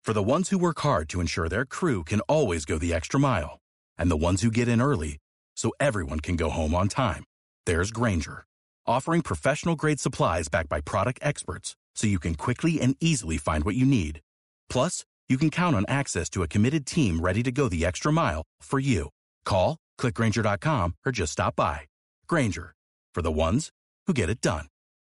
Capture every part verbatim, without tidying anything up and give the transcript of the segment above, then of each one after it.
For the ones who work hard to ensure their crew can always go the extra mile, and the ones who get in early so everyone can go home on time, there's Grainger, offering professional-grade supplies backed by product experts so you can quickly and easily find what you need. Plus, you can count on access to a committed team ready to go the extra mile for you. Call, click Grainger dot com, or just stop by. Grainger, for the ones who get it done.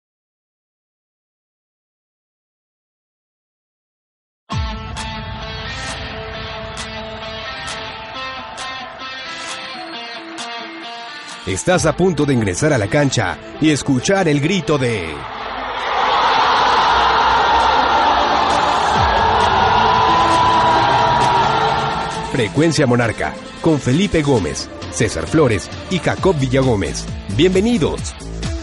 Estás a punto de ingresar a la cancha y escuchar el grito de... Frecuencia Monarca, con Felipe Gómez, César Flores y Jacob Villagómez. ¡Bienvenidos!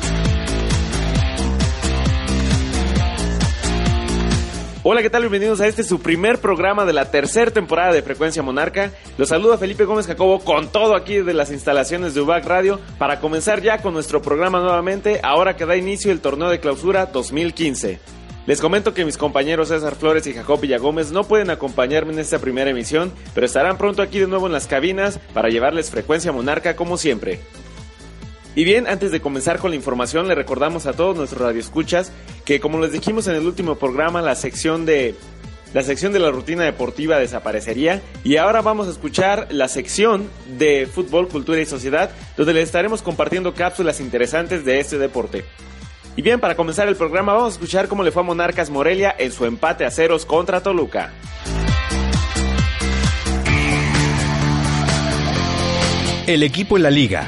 Hola, ¿qué tal? Bienvenidos a este su primer programa de la tercera temporada de Frecuencia Monarca. Los saluda Felipe Gómez Jacobo con todo aquí de las instalaciones de U B A C Radio para comenzar ya con nuestro programa nuevamente, ahora que da inicio el torneo de clausura dos mil quince. Les comento que mis compañeros César Flores y Jacob Villagómez no pueden acompañarme en esta primera emisión, pero estarán pronto aquí de nuevo en las cabinas para llevarles Frecuencia Monarca como siempre. Y bien, antes de comenzar con la información, le recordamos a todos nuestros radioescuchas que, como les dijimos en el último programa, la sección de la sección de la rutina deportiva desaparecería y ahora vamos a escuchar la sección de fútbol, cultura y sociedad, donde les estaremos compartiendo cápsulas interesantes de este deporte. Y bien, para comenzar el programa vamos a escuchar cómo le fue a Monarcas Morelia en su empate a ceros contra Toluca. El equipo en la liga.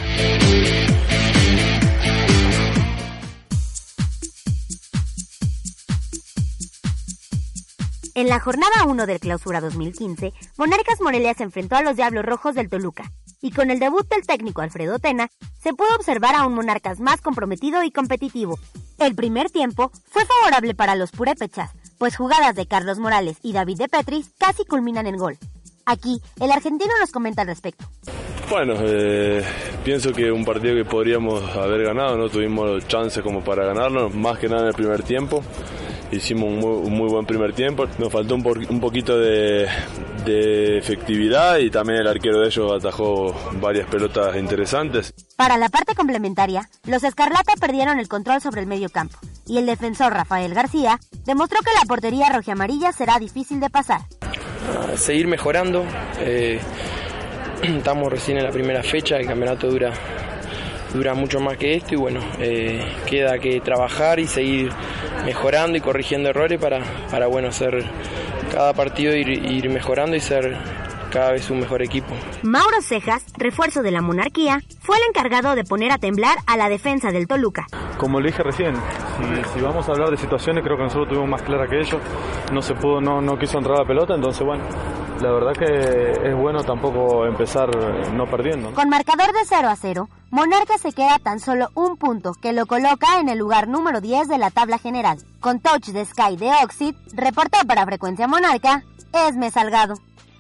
En la jornada uno del Clausura dos mil quince, Monarcas Morelia se enfrentó a los Diablos Rojos del Toluca, y con el debut del técnico Alfredo Tena, se pudo observar a un Monarcas más comprometido y competitivo. El primer tiempo fue favorable para los purépechas, pues jugadas de Carlos Morales y David de Petris casi culminan en gol. Aquí, el argentino nos comenta al respecto. Bueno, eh, pienso que un partido que podríamos haber ganado, no tuvimos chances como para ganarlo, más que nada en el primer tiempo. Hicimos un muy, un muy buen primer tiempo, nos faltó un, por, un poquito de, de efectividad y también el arquero de ellos atajó varias pelotas interesantes. Para la parte complementaria, los Escarlata perdieron el control sobre el medio campo y el defensor Rafael García demostró que la portería rojiamarilla será difícil de pasar. A seguir mejorando, eh, estamos recién en la primera fecha, el campeonato dura... dura mucho más que esto y bueno, eh, queda que trabajar y seguir mejorando y corrigiendo errores para, para bueno, hacer cada partido ir, ir mejorando y ser cada vez un mejor equipo. Mauro Cejas, refuerzo de la Monarquía, fue el encargado de poner a temblar a la defensa del Toluca. Como le dije recién, si, si vamos a hablar de situaciones, creo que nosotros tuvimos más clara que ellos, no se pudo, no, no quiso entrar la pelota, entonces bueno, la verdad que es bueno tampoco empezar no perdiendo, ¿no? Con marcador de cero a cero, Monarca se queda tan solo un punto, que lo coloca en el lugar número diez de la tabla general. Con touch de Sky de Oxid, reportó para Frecuencia Monarca, Esme Salgado.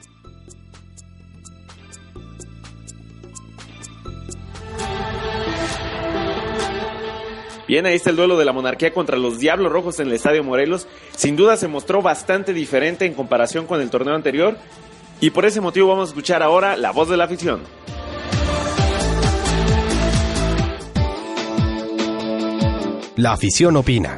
Bien, ahí está el duelo de la Monarquía contra los Diablos Rojos en el Estadio Morelos. Sin duda se mostró bastante diferente en comparación con el torneo anterior. Y por ese motivo vamos a escuchar ahora la voz de la afición. La afición opina.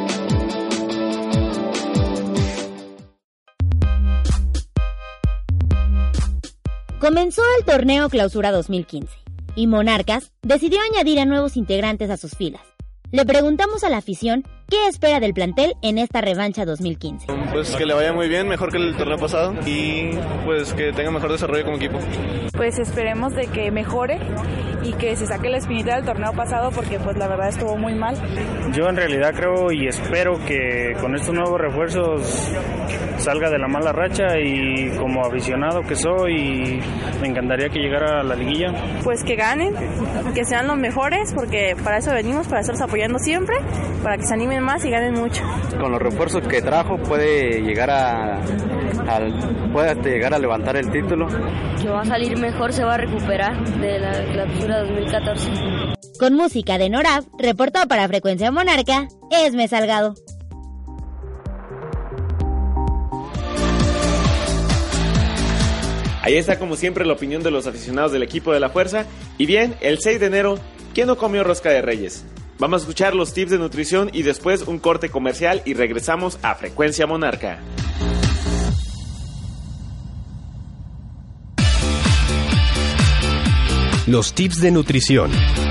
Comenzó el torneo Clausura dos mil quince y Monarcas decidió añadir a nuevos integrantes a sus filas. Le preguntamos a la afición qué espera del plantel en esta revancha dos mil quince. Pues que le vaya muy bien, mejor que el torneo pasado y pues que tenga mejor desarrollo como equipo. Pues esperemos de que mejore y que se saque la espinita del torneo pasado porque pues la verdad estuvo muy mal. Yo en realidad creo y espero que con estos nuevos refuerzos salga de la mala racha y como aficionado que soy me encantaría que llegara a la liguilla. Pues que ganen, que sean los mejores porque para eso venimos, para estarlos apoyando siempre, para que se animen más y ganen mucho. Con los refuerzos que trajo puede llegar a, a puede llegar a levantar el título. Que va a salir mejor, se va a recuperar de la clausura dos mil catorce. Con música de Norab, reportó para Frecuencia Monarca, Esme Salgado. Ahí está como siempre la opinión de los aficionados del equipo de la Fuerza. Y bien, el seis de enero, ¿quién no comió rosca de Reyes? Vamos a escuchar los tips de nutrición y después un corte comercial y regresamos a Frecuencia Monarca. Los tips de nutrición.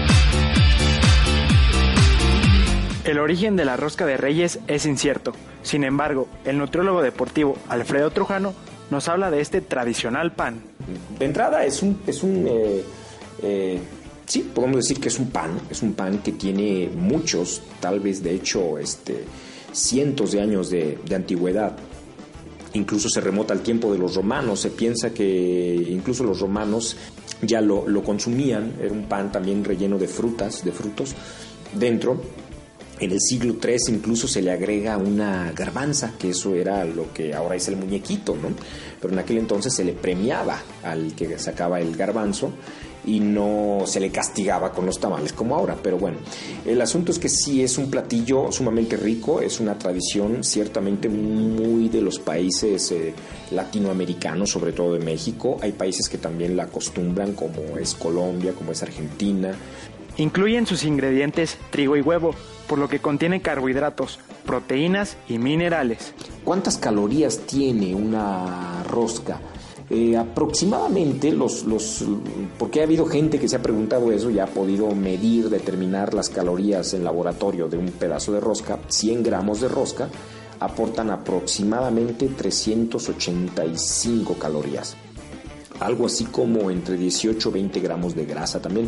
El origen de la rosca de Reyes es incierto. Sin embargo, el nutriólogo deportivo Alfredo Trujano nos habla de este tradicional pan. De entrada es un, es un eh, eh, sí, podemos decir que es un pan, es un pan que tiene muchos, tal vez de hecho este, cientos de años de, de antigüedad. Incluso se remota al tiempo de los romanos. Se piensa que incluso los romanos ya lo, lo consumían. Era un pan también relleno de frutas, de frutos dentro. En el siglo tres incluso se le agrega una garbanza, que eso era lo que ahora es el muñequito, ¿no? Pero en aquel entonces se le premiaba al que sacaba el garbanzo y no se le castigaba con los tamales como ahora. Pero bueno, el asunto es que sí es un platillo sumamente rico, es una tradición ciertamente muy de los países eh, latinoamericanos, sobre todo de México. Hay países que también la acostumbran, como es Colombia, como es Argentina. Incluye en sus ingredientes trigo y huevo, por lo que contiene carbohidratos, proteínas y minerales. ¿Cuántas calorías tiene una rosca? Eh, aproximadamente los, los, porque ha habido gente que se ha preguntado eso y ha podido medir, determinar las calorías en laboratorio de un pedazo de rosca. Cien gramos de rosca aportan aproximadamente trescientas ochenta y cinco calorías, algo así como entre dieciocho y veinte gramos de grasa también.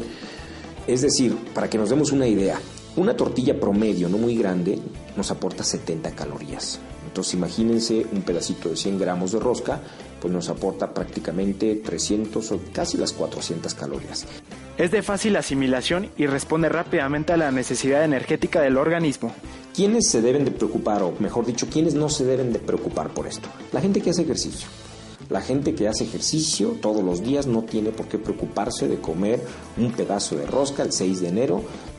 Es decir, para que nos demos una idea, una tortilla promedio no muy grande nos aporta setenta calorías. Entonces imagínense un pedacito de cien gramos de rosca, pues nos aporta prácticamente trescientas o casi las cuatrocientas calorías. Es de fácil asimilación y responde rápidamente a la necesidad energética del organismo. ¿Quiénes se deben de preocupar, o mejor dicho, quiénes no se deben de preocupar por esto? La gente que hace ejercicio. La gente que hace ejercicio todos los días no tiene por qué preocuparse de comer un pedazo de rosca el seis de enero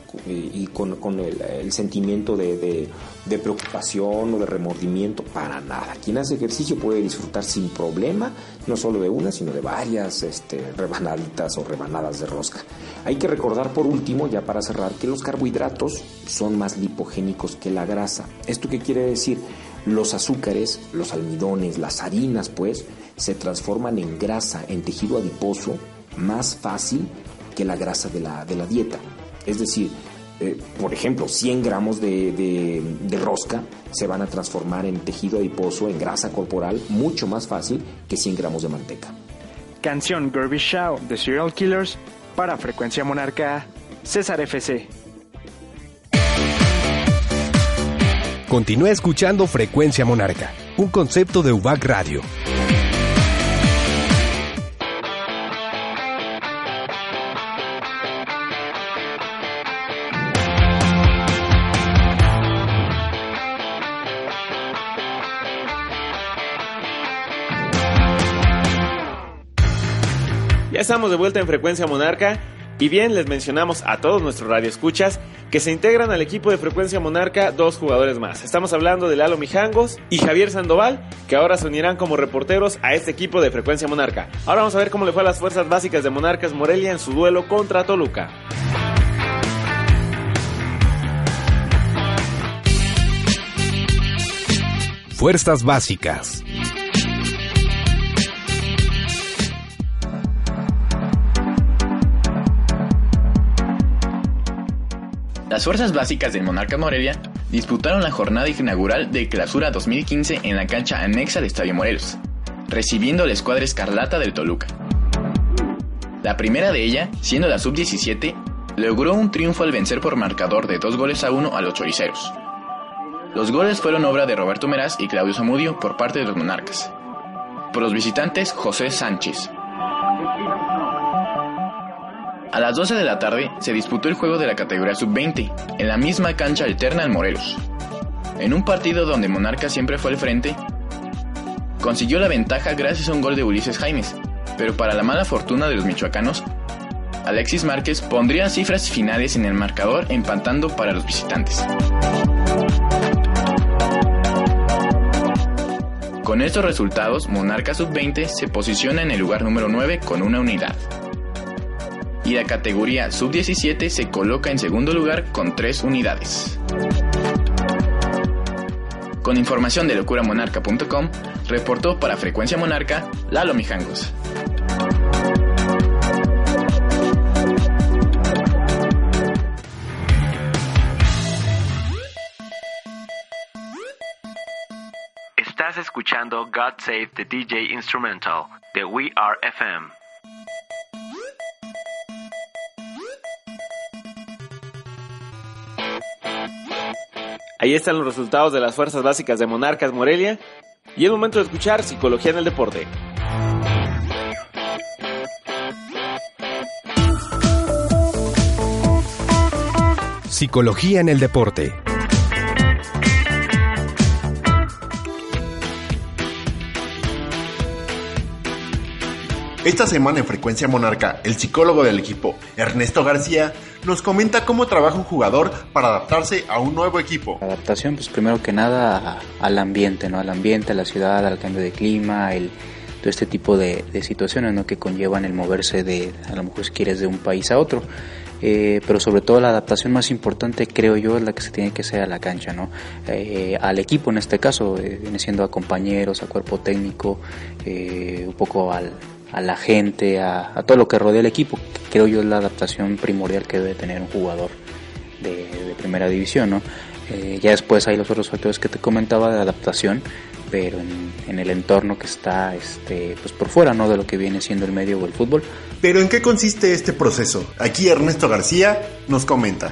y con, con el, el sentimiento de, de, de preocupación o de remordimiento, para nada. Quien hace ejercicio puede disfrutar sin problema, no solo de una, sino de varias este, rebanaditas o rebanadas de rosca. Hay que recordar por último, ya para cerrar, que los carbohidratos son más lipogénicos que la grasa. ¿Esto qué quiere decir? Los azúcares, los almidones, las harinas, pues, se transforman en grasa, en tejido adiposo, más fácil que la grasa de la, de la dieta. Es decir, eh, por ejemplo, cien gramos de, de, de rosca se van a transformar en tejido adiposo, en grasa corporal, mucho más fácil que cien gramos de manteca. Canción Garbage Show de Serial Killers para Frecuencia Monarca, César F C. Continúa escuchando Frecuencia Monarca, un concepto de U B A C Radio. Ya estamos de vuelta en Frecuencia Monarca. Y bien, les mencionamos a todos nuestros radioescuchas que se integran al equipo de Frecuencia Monarca dos jugadores más. Estamos hablando de Lalo Mijangos y Javier Sandoval, que ahora se unirán como reporteros a este equipo de Frecuencia Monarca. Ahora vamos a ver cómo le fue a las fuerzas básicas de Monarcas Morelia en su duelo contra Toluca. Fuerzas básicas. Las fuerzas básicas del Monarcas Morelia disputaron la jornada inaugural de Clausura dos mil quince en la cancha anexa del Estadio Morelos, recibiendo a la escuadra escarlata del Toluca. La primera de ella, siendo la sub diecisiete, logró un triunfo al vencer por marcador de dos goles a uno a los choriceros. Los goles fueron obra de Roberto Meraz y Claudio Zamudio por parte de los monarcas. Por los visitantes, José Sánchez. A las doce de la tarde se disputó el juego de la categoría sub veinte, en la misma cancha alterna en Morelos. En un partido donde Monarcas siempre fue al frente, consiguió la ventaja gracias a un gol de Ulises Jaimes, pero para la mala fortuna de los michoacanos, Alexis Márquez pondría cifras finales en el marcador, empatando para los visitantes. Con estos resultados, Monarcas sub veinte se posiciona en el lugar número nueve con una unidad. Y la categoría sub diecisiete se coloca en segundo lugar con tres unidades. Con información de locura monarca punto com, reportó para Frecuencia Monarca, Lalo Mijangos. Estás escuchando God Save the D J Instrumental de We Are F M. Ahí están los resultados de las fuerzas básicas de Monarcas Morelia y es momento de escuchar Psicología en el Deporte. Psicología en el Deporte. Esta semana en Frecuencia Monarca, el psicólogo del equipo, Ernesto García, nos comenta cómo trabaja un jugador para adaptarse a un nuevo equipo. La adaptación, pues primero que nada a, al ambiente, ¿no? Al ambiente, a la ciudad, al cambio de clima, el, todo este tipo de, de situaciones, ¿no? Que conllevan el moverse de, a lo mejor si quieres, de un país a otro. Eh, pero sobre todo la adaptación más importante, creo yo, es la que se tiene que hacer a la cancha, ¿no? Eh, al equipo en este caso, eh, viene siendo a compañeros, a cuerpo técnico, eh, un poco al a la gente, a, a todo lo que rodea el equipo, que creo yo es la adaptación primordial que debe tener un jugador de, de primera división, ¿no? Eh, ya después hay los otros factores que te comentaba de adaptación, pero en, en el entorno que está este, pues por fuera, ¿no? De lo que viene siendo el medio o el fútbol. ¿Pero en qué consiste este proceso? Aquí Ernesto García nos comenta.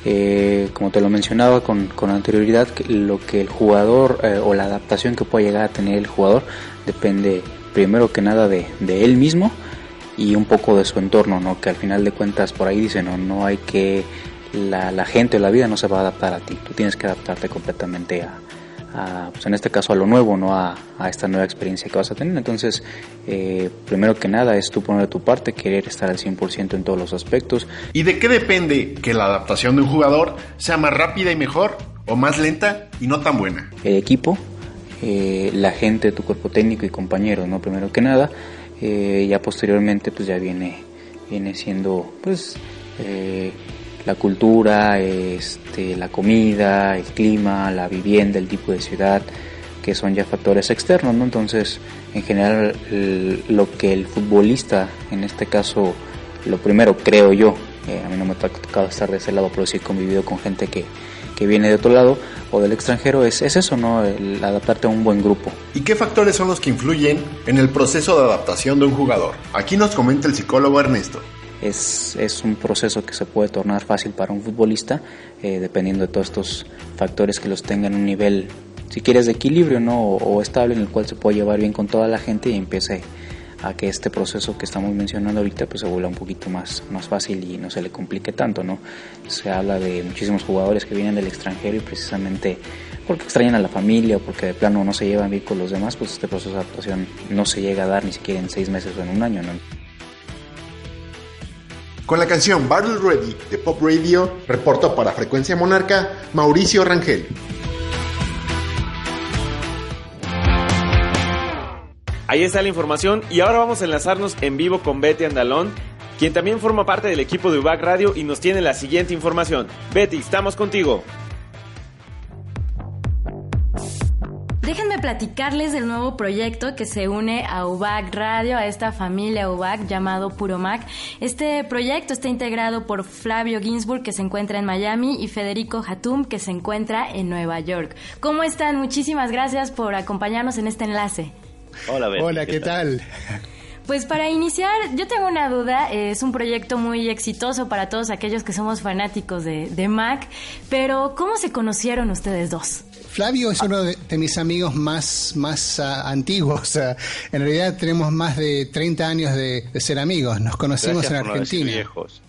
Eh, como te lo mencionaba con, con anterioridad, que lo que el jugador eh, o la adaptación que pueda llegar a tener el jugador depende primero que nada de, de él mismo y un poco de su entorno, ¿no? Que al final de cuentas por ahí dicen, no, no hay que, la, la gente o la vida no se va a adaptar a ti, tú tienes que adaptarte completamente a, a pues en este caso a lo nuevo, ¿no? A, a esta nueva experiencia que vas a tener. Entonces, eh, primero que nada es tú poner de tu parte, querer estar al cien por ciento en todos los aspectos. ¿Y de qué depende que la adaptación de un jugador sea más rápida y mejor o más lenta y no tan buena? El equipo, Eh, la gente, tu cuerpo técnico y compañeros, ¿no? Primero que nada, eh, ya posteriormente pues ya viene viene siendo pues eh, la cultura, este, la comida, el clima, la vivienda, el tipo de ciudad, que son ya factores externos, ¿no? Entonces, en general, el, lo que el futbolista, en este caso, lo primero creo yo, eh, a mí no me ha tocado estar de ese lado, pero sí he convivido con gente que que viene de otro lado o del extranjero, es, es eso, ¿no? El adaptarte a un buen grupo. ¿Y qué factores son los que influyen en el proceso de adaptación de un jugador? Aquí nos comenta el psicólogo Ernesto. Es, es un proceso que se puede tornar fácil para un futbolista, eh, dependiendo de todos estos factores que los tengan en un nivel, si quieres, de equilibrio, ¿no? O, o estable, en el cual se puede llevar bien con toda la gente y empiece a que este proceso que estamos mencionando ahorita pues se vuelva un poquito más, más fácil y no se le complique tanto, ¿no? Se habla de muchísimos jugadores que vienen del extranjero y precisamente porque extrañan a la familia o porque de plano no se llevan bien con los demás, pues este proceso de adaptación no se llega a dar ni siquiera en seis meses o en un año, ¿no? Con la canción Battle Ready de Pop Radio, reportó para Frecuencia Monarca Mauricio Rangel. Ahí está la información y ahora vamos a enlazarnos en vivo con Betty Andalón, quien también forma parte del equipo de U B A C Radio y nos tiene la siguiente información. Betty, estamos contigo. Déjenme platicarles del nuevo proyecto que se une a U B A C Radio, a esta familia U B A C llamado Puro Mac. Este proyecto está integrado por Flavio Ginsburg, que se encuentra en Miami, y Federico Hatum, que se encuentra en Nueva York. ¿Cómo están? Muchísimas gracias por acompañarnos en este enlace. Hola, Betty. Hola, ¿qué, ¿qué tal? tal? Pues para iniciar, yo tengo una duda. Es un proyecto muy exitoso para todos aquellos que somos fanáticos de, de Mac, pero ¿cómo se conocieron ustedes dos? Flavio es uno de, de mis amigos más, más uh, antiguos. Uh, en realidad tenemos más de treinta años de, de ser amigos. Nos conocimos Gracias en Argentina. No viejos.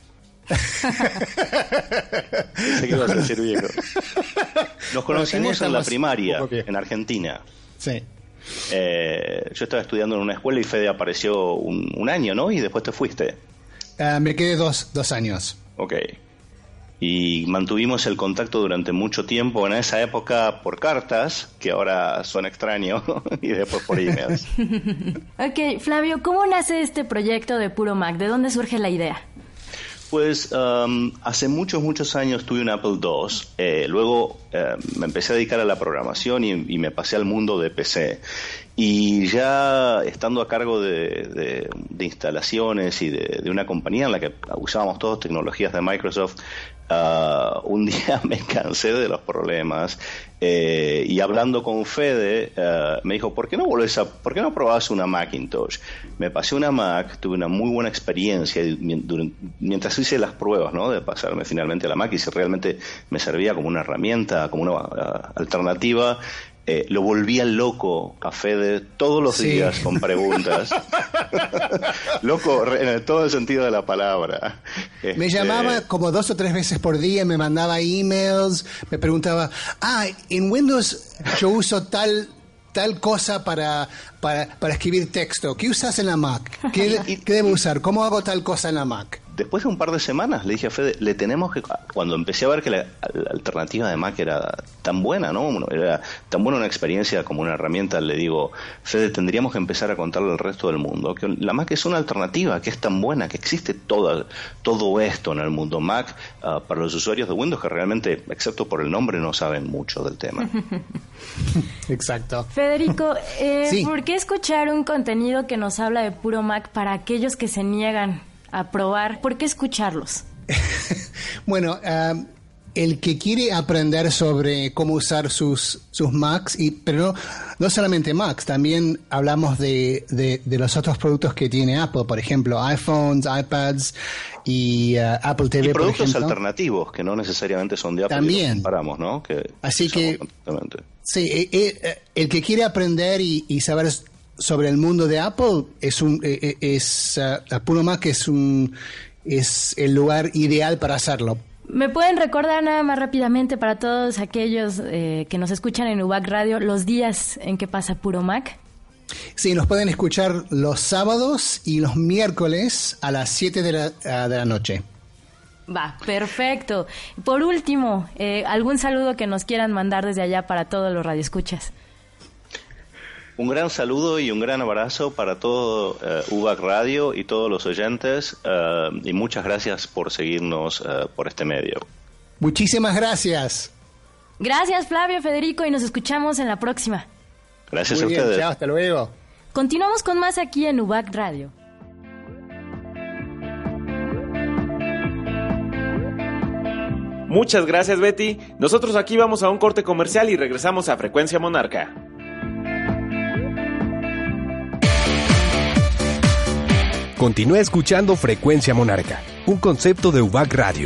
Pensé que ibas a decir viejos. Nos conocimos en la primaria, en Argentina. Sí. Eh, yo estaba estudiando en una escuela y Fede apareció un, un año, ¿no? Y después te fuiste. Uh, me quedé dos, dos años. Ok. y mantuvimos el contacto durante mucho tiempo, en esa época por cartas, que ahora suena extraño, y después por emails. Ok, Flavio, ¿cómo nace este proyecto de Puro Mac? ¿De dónde surge la idea? Pues um, hace muchos, muchos años tuve un Apple dos, eh, luego eh, me empecé a dedicar a la programación y, y me pasé al mundo de P C. Y ya estando a cargo de, de, de instalaciones y de, de una compañía en la que usábamos todas tecnologías de Microsoft, uh, un día me cansé de los problemas eh, y hablando con Fede uh, me dijo, ¿por qué no volvés a, por qué no probás una Macintosh? Me pasé una Mac, tuve una muy buena experiencia mientras hice las pruebas, ¿no? De pasarme finalmente a la Mac y si realmente me servía como una herramienta, como una uh, alternativa. Eh, lo volvía loco a Fede todos los sí. días con preguntas. Loco en todo el sentido de la palabra. Este... Me llamaba como dos o tres veces por día, me mandaba emails, me preguntaba, ah, en Windows yo uso tal tal cosa para, para, para escribir texto. ¿Qué usas en la Mac? ¿Qué, ¿Qué debo usar? ¿Cómo hago tal cosa en la Mac? Después de un par de semanas le dije a Fede, le tenemos que... Cuando empecé a ver que la, la alternativa de Mac era tan buena, ¿no? Era tan buena una experiencia como una herramienta, le digo, Fede, tendríamos que empezar a contarle al resto del mundo que la Mac es una alternativa, que es tan buena, que existe toda, todo esto en el mundo Mac uh, para los usuarios de Windows que realmente, excepto por el nombre, no saben mucho del tema. Exacto. Federico, eh, sí. ¿por qué escuchar un contenido que nos habla de Puro Mac para aquellos que se niegan a probar? ¿Por qué escucharlos? Bueno, uh, el que quiere aprender sobre cómo usar sus, sus Macs, y, pero no, no solamente Macs, también hablamos de, de, de los otros productos que tiene Apple, por ejemplo, iPhones, iPads y uh, Apple T V, y productos por ejemplo. Alternativos que no necesariamente son de Apple. También. Comparamos, ¿no? Que Así que, sí, eh, eh, el que quiere aprender y, y saber sobre el mundo de Apple es un eh, es uh, Puro Mac es un es el lugar ideal para hacerlo. ¿Me pueden recordar nada más rápidamente para todos aquellos eh, que nos escuchan en U B A C Radio los días en que pasa Puro Mac? Sí, nos pueden escuchar los sábados y los miércoles a las siete de la, uh, de la noche. Va, perfecto. Por último, eh, ¿algún saludo que nos quieran mandar desde allá para todos los radioescuchas? Un gran saludo y un gran abrazo para todo uh, U B A C Radio y todos los oyentes uh, y muchas gracias por seguirnos uh, por este medio. Muchísimas gracias. Gracias, Flavio, Federico, y nos escuchamos en la próxima. Gracias Muy a bien, ustedes. Chao, hasta luego. Continuamos con más aquí en U B A C Radio. Muchas gracias, Betty. Nosotros aquí vamos a un corte comercial y regresamos a Frecuencia Monarca. Continúa escuchando Frecuencia Monarca, un concepto de U B A C Radio.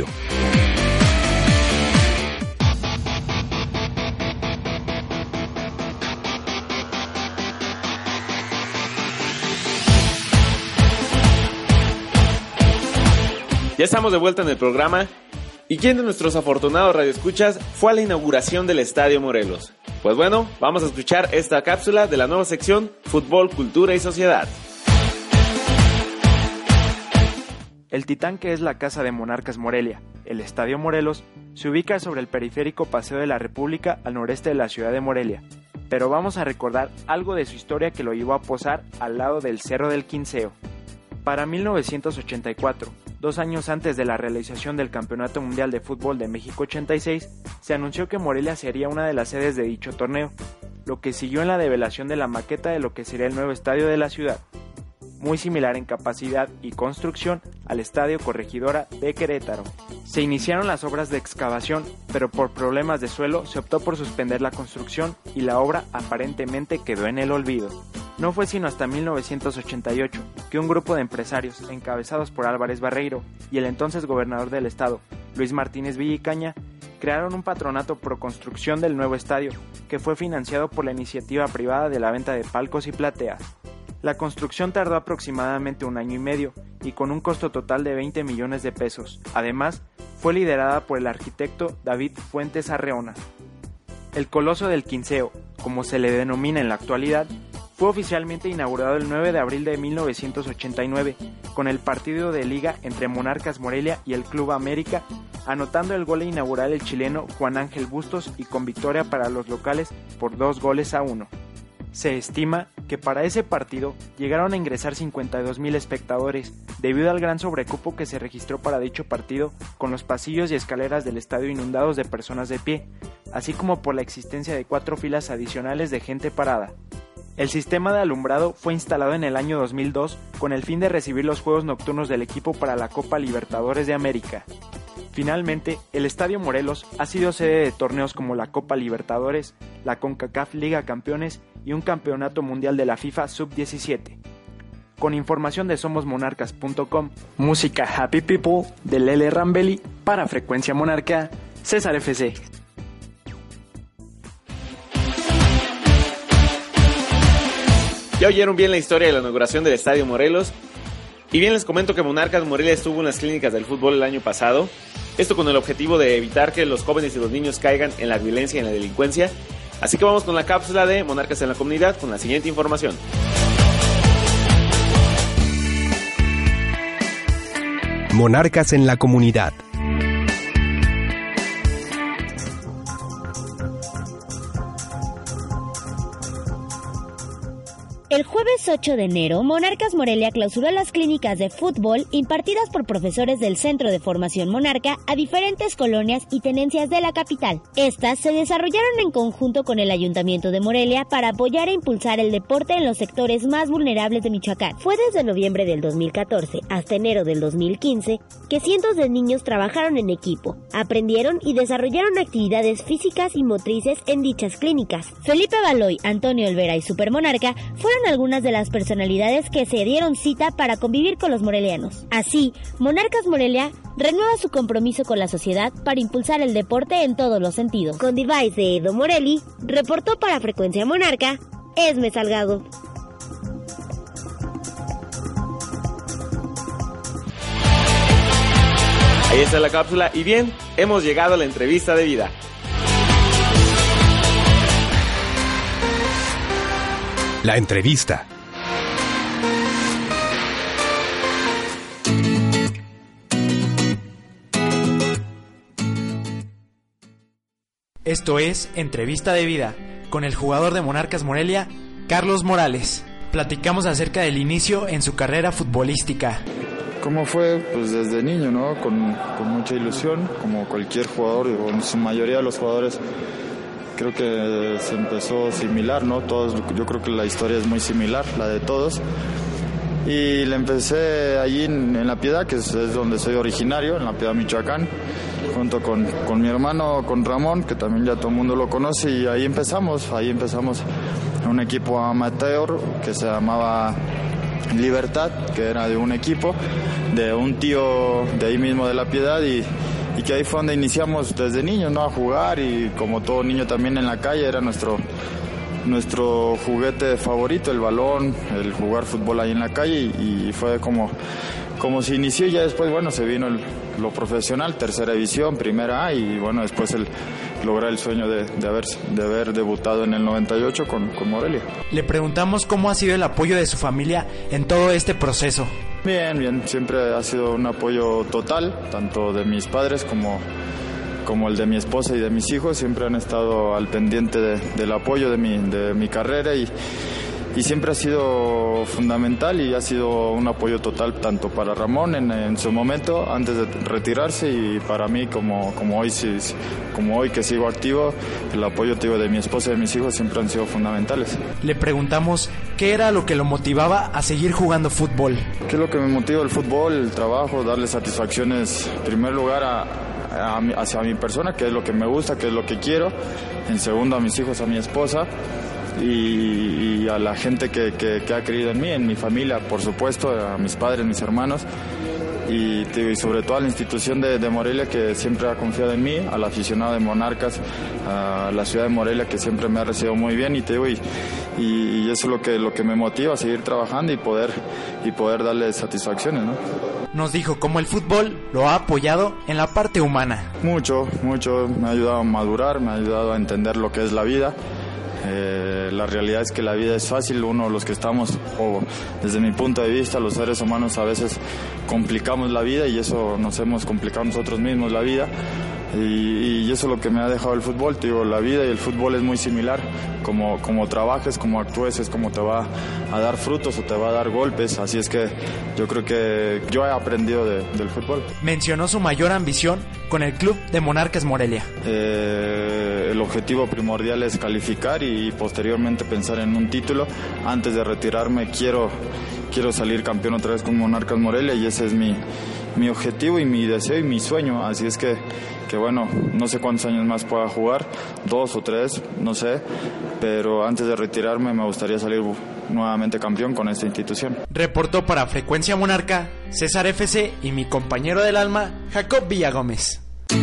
Ya estamos de vuelta en el programa. ¿Y quién de nuestros afortunados radioescuchas fue a la inauguración del Estadio Morelos? Pues bueno, vamos a escuchar esta cápsula de la nueva sección Fútbol, Cultura y Sociedad. El Titán, que es la casa de Monarcas Morelia, el Estadio Morelos, se ubica sobre el periférico Paseo de la República al noreste de la ciudad de Morelia. Pero vamos a recordar algo de su historia que lo llevó a posar al lado del Cerro del Quinceo. Para mil novecientos ochenta y cuatro, dos años antes de la realización del Campeonato Mundial de Fútbol de México ochenta y seis, se anunció que Morelia sería una de las sedes de dicho torneo, lo que siguió en la develación de la maqueta de lo que sería el nuevo estadio de la ciudad, muy similar en capacidad y construcción al Estadio Corregidora de Querétaro. Se iniciaron las obras de excavación, pero por problemas de suelo se optó por suspender la construcción y la obra aparentemente quedó en el olvido. No fue sino hasta mil novecientos ochenta y ocho que un grupo de empresarios encabezados por Álvarez Barreiro y el entonces gobernador del estado, Luis Martínez Villicaña, crearon un patronato pro construcción del nuevo estadio, que fue financiado por la iniciativa privada de la venta de palcos y plateas. La construcción tardó aproximadamente un año y medio y con un costo total de veinte millones de pesos. Además, fue liderada por el arquitecto David Fuentes Arreola. El Coloso del Quinceo, como se le denomina en la actualidad, fue oficialmente inaugurado el nueve de abril de mil novecientos ochenta y nueve con el partido de liga entre Monarcas Morelia y el Club América anotando el gol inaugural el chileno Juan Ángel Bustos y con victoria para los locales por dos goles a uno. Se estima que para ese partido llegaron a ingresar cincuenta y dos mil espectadores, debido al gran sobrecupo que se registró para dicho partido, con los pasillos y escaleras del estadio inundados de personas de pie, así como por la existencia de cuatro filas adicionales de gente parada. El sistema de alumbrado fue instalado en el año dos mil dos con el fin de recibir los juegos nocturnos del equipo para la Copa Libertadores de América. Finalmente, el Estadio Morelos ha sido sede de torneos como la Copa Libertadores, la CONCACAF Liga Campeones y un campeonato mundial de la FIFA sub diecisiete. Con información de somos monarcas punto com, música Happy People de Lele Rambelli para Frecuencia Monarca, César F C. Ya oyeron bien la historia de la inauguración del Estadio Morelos. Y bien les comento que Monarcas Morelia estuvo en las clínicas del fútbol el año pasado. Esto con el objetivo de evitar que los jóvenes y los niños caigan en la violencia y en la delincuencia. Así que vamos con la cápsula de Monarcas en la Comunidad con la siguiente información. Monarcas en la Comunidad. El jueves ocho de enero, Monarcas Morelia clausuró las clínicas de fútbol impartidas por profesores del Centro de Formación Monarca a diferentes colonias y tenencias de la capital. Estas se desarrollaron en conjunto con el Ayuntamiento de Morelia para apoyar e impulsar el deporte en los sectores más vulnerables de Michoacán. Fue desde noviembre del dos mil catorce hasta enero del dos mil quince que cientos de niños trabajaron en equipo, aprendieron y desarrollaron actividades físicas y motrices en dichas clínicas. Felipe Baloy, Antonio Olvera y Supermonarca fueron algunas de las personalidades que se dieron cita para convivir con los morelianos. Así, Monarcas Morelia renueva su compromiso con la sociedad para impulsar el deporte en todos los sentidos. Con device de Edo Morelli, reportó para Frecuencia Monarca, Esme Salgado. Ahí está la cápsula y bien, hemos llegado a la entrevista de vida. La entrevista. Esto es Entrevista de Vida, con el jugador de Monarcas Morelia, Carlos Morales. Platicamos acerca del inicio en su carrera futbolística. ¿Cómo fue? Pues desde niño, ¿no? Con, con mucha ilusión, como cualquier jugador, o en su mayoría de los jugadores. Creo que se empezó similar, ¿no? Todos, yo creo que la historia es muy similar, la de todos. Y le empecé allí en, en La Piedad, que es, es donde soy originario, en La Piedad, Michoacán, junto con, con mi hermano, con Ramón, que también ya todo el mundo lo conoce, y ahí empezamos, ahí empezamos un equipo amateur que se llamaba Libertad, que era de un equipo, de un tío de ahí mismo de La Piedad, y y que ahí fue donde iniciamos desde niños, ¿no? A jugar, y como todo niño también en la calle era nuestro nuestro juguete favorito, el balón, el jugar fútbol ahí en la calle, y, y fue como como se inició. Y ya después, bueno, se vino el, lo profesional, tercera división, primera A, y bueno, después el lograr el sueño de, de, haber, de haber debutado en el noventa y ocho con, con Morelia. Le preguntamos cómo ha sido el apoyo de su familia en todo este proceso. Bien, bien, siempre ha sido un apoyo total, tanto de mis padres como, como el de mi esposa y de mis hijos. Siempre han estado al pendiente de, del apoyo de mi, de mi carrera, y, y siempre ha sido fundamental, y ha sido un apoyo total tanto para Ramón en, en su momento antes de retirarse, y para mí como, como, hoy, como hoy que sigo activo. El apoyo tío, de mi esposa y de mis hijos siempre han sido fundamentales. Le preguntamos qué era lo que lo motivaba a seguir jugando fútbol. ¿Qué es lo que me motiva? El fútbol, el trabajo, darle satisfacciones en primer lugar a, a, a, hacia mi persona, que es lo que me gusta, que es lo que quiero. En segundo, a mis hijos, a mi esposa. Y, y a la gente que, que, que ha creído en mí, en mi familia, por supuesto, a mis padres, mis hermanos, y, y sobre todo a la institución de, de Morelia, que siempre ha confiado en mí, al aficionado de Monarcas, a la ciudad de Morelia, que siempre me ha recibido muy bien, y te digo, y, y, y eso es lo que, lo que me motiva a seguir trabajando y poder, y poder darle satisfacciones, ¿no? Nos dijo cómo el fútbol lo ha apoyado en la parte humana. Mucho, mucho, me ha ayudado a madurar, me ha ayudado a entender lo que es la vida. Eh, la realidad es que la vida es fácil, uno, los que estamos, o desde mi punto de vista, los seres humanos a veces complicamos la vida y eso nos hemos complicado nosotros mismos la vida. Y, y eso es lo que me ha dejado el fútbol, te digo, la vida y el fútbol es muy similar, como, como trabajes, como actúes, es como te va a dar frutos o te va a dar golpes, así es que yo creo que yo he aprendido de, del fútbol. Mencionó su mayor ambición con el club de Monarcas Morelia. Eh, el objetivo primordial es calificar y posteriormente pensar en un título. Antes de retirarme quiero, quiero salir campeón otra vez con Monarcas Morelia y ese es mi, mi objetivo y mi deseo y mi sueño, así es que que bueno, no sé cuántos años más pueda jugar, dos o tres, no sé, pero antes de retirarme me gustaría salir nuevamente campeón con esta institución. Reportó para Frecuencia Monarca, César F C y mi compañero del alma, Jacob Villagómez.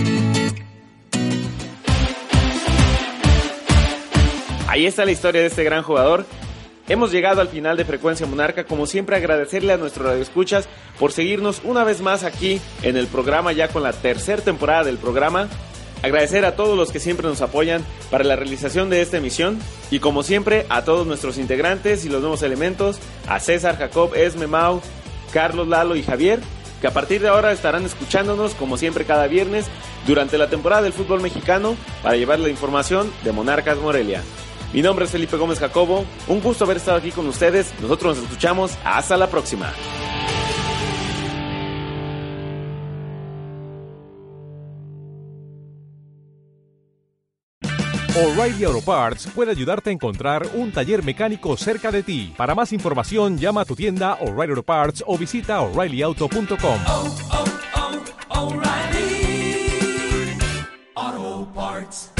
Ahí está la historia de este gran jugador. Hemos llegado al final de Frecuencia Monarca. Como siempre, agradecerle a nuestros radioescuchas por seguirnos una vez más aquí en el programa, ya con la tercera temporada del programa. Agradecer a todos los que siempre nos apoyan para la realización de esta emisión. Y como siempre, a todos nuestros integrantes y los nuevos elementos, a César, Jacob, Esme, Mau, Carlos, Lalo y Javier, que a partir de ahora estarán escuchándonos como siempre cada viernes durante la temporada del fútbol mexicano para llevar la información de Monarcas Morelia. Mi nombre es Felipe Gómez Jacobo, un gusto haber estado aquí con ustedes, nosotros nos escuchamos, hasta la próxima. O'Reilly Auto Parts puede ayudarte a encontrar un taller mecánico cerca de ti. Para más información, llama a tu tienda O'Reilly Auto Parts o visita O'Reilly Auto punto com. Oh, oh, oh, O'Reilly Auto Parts.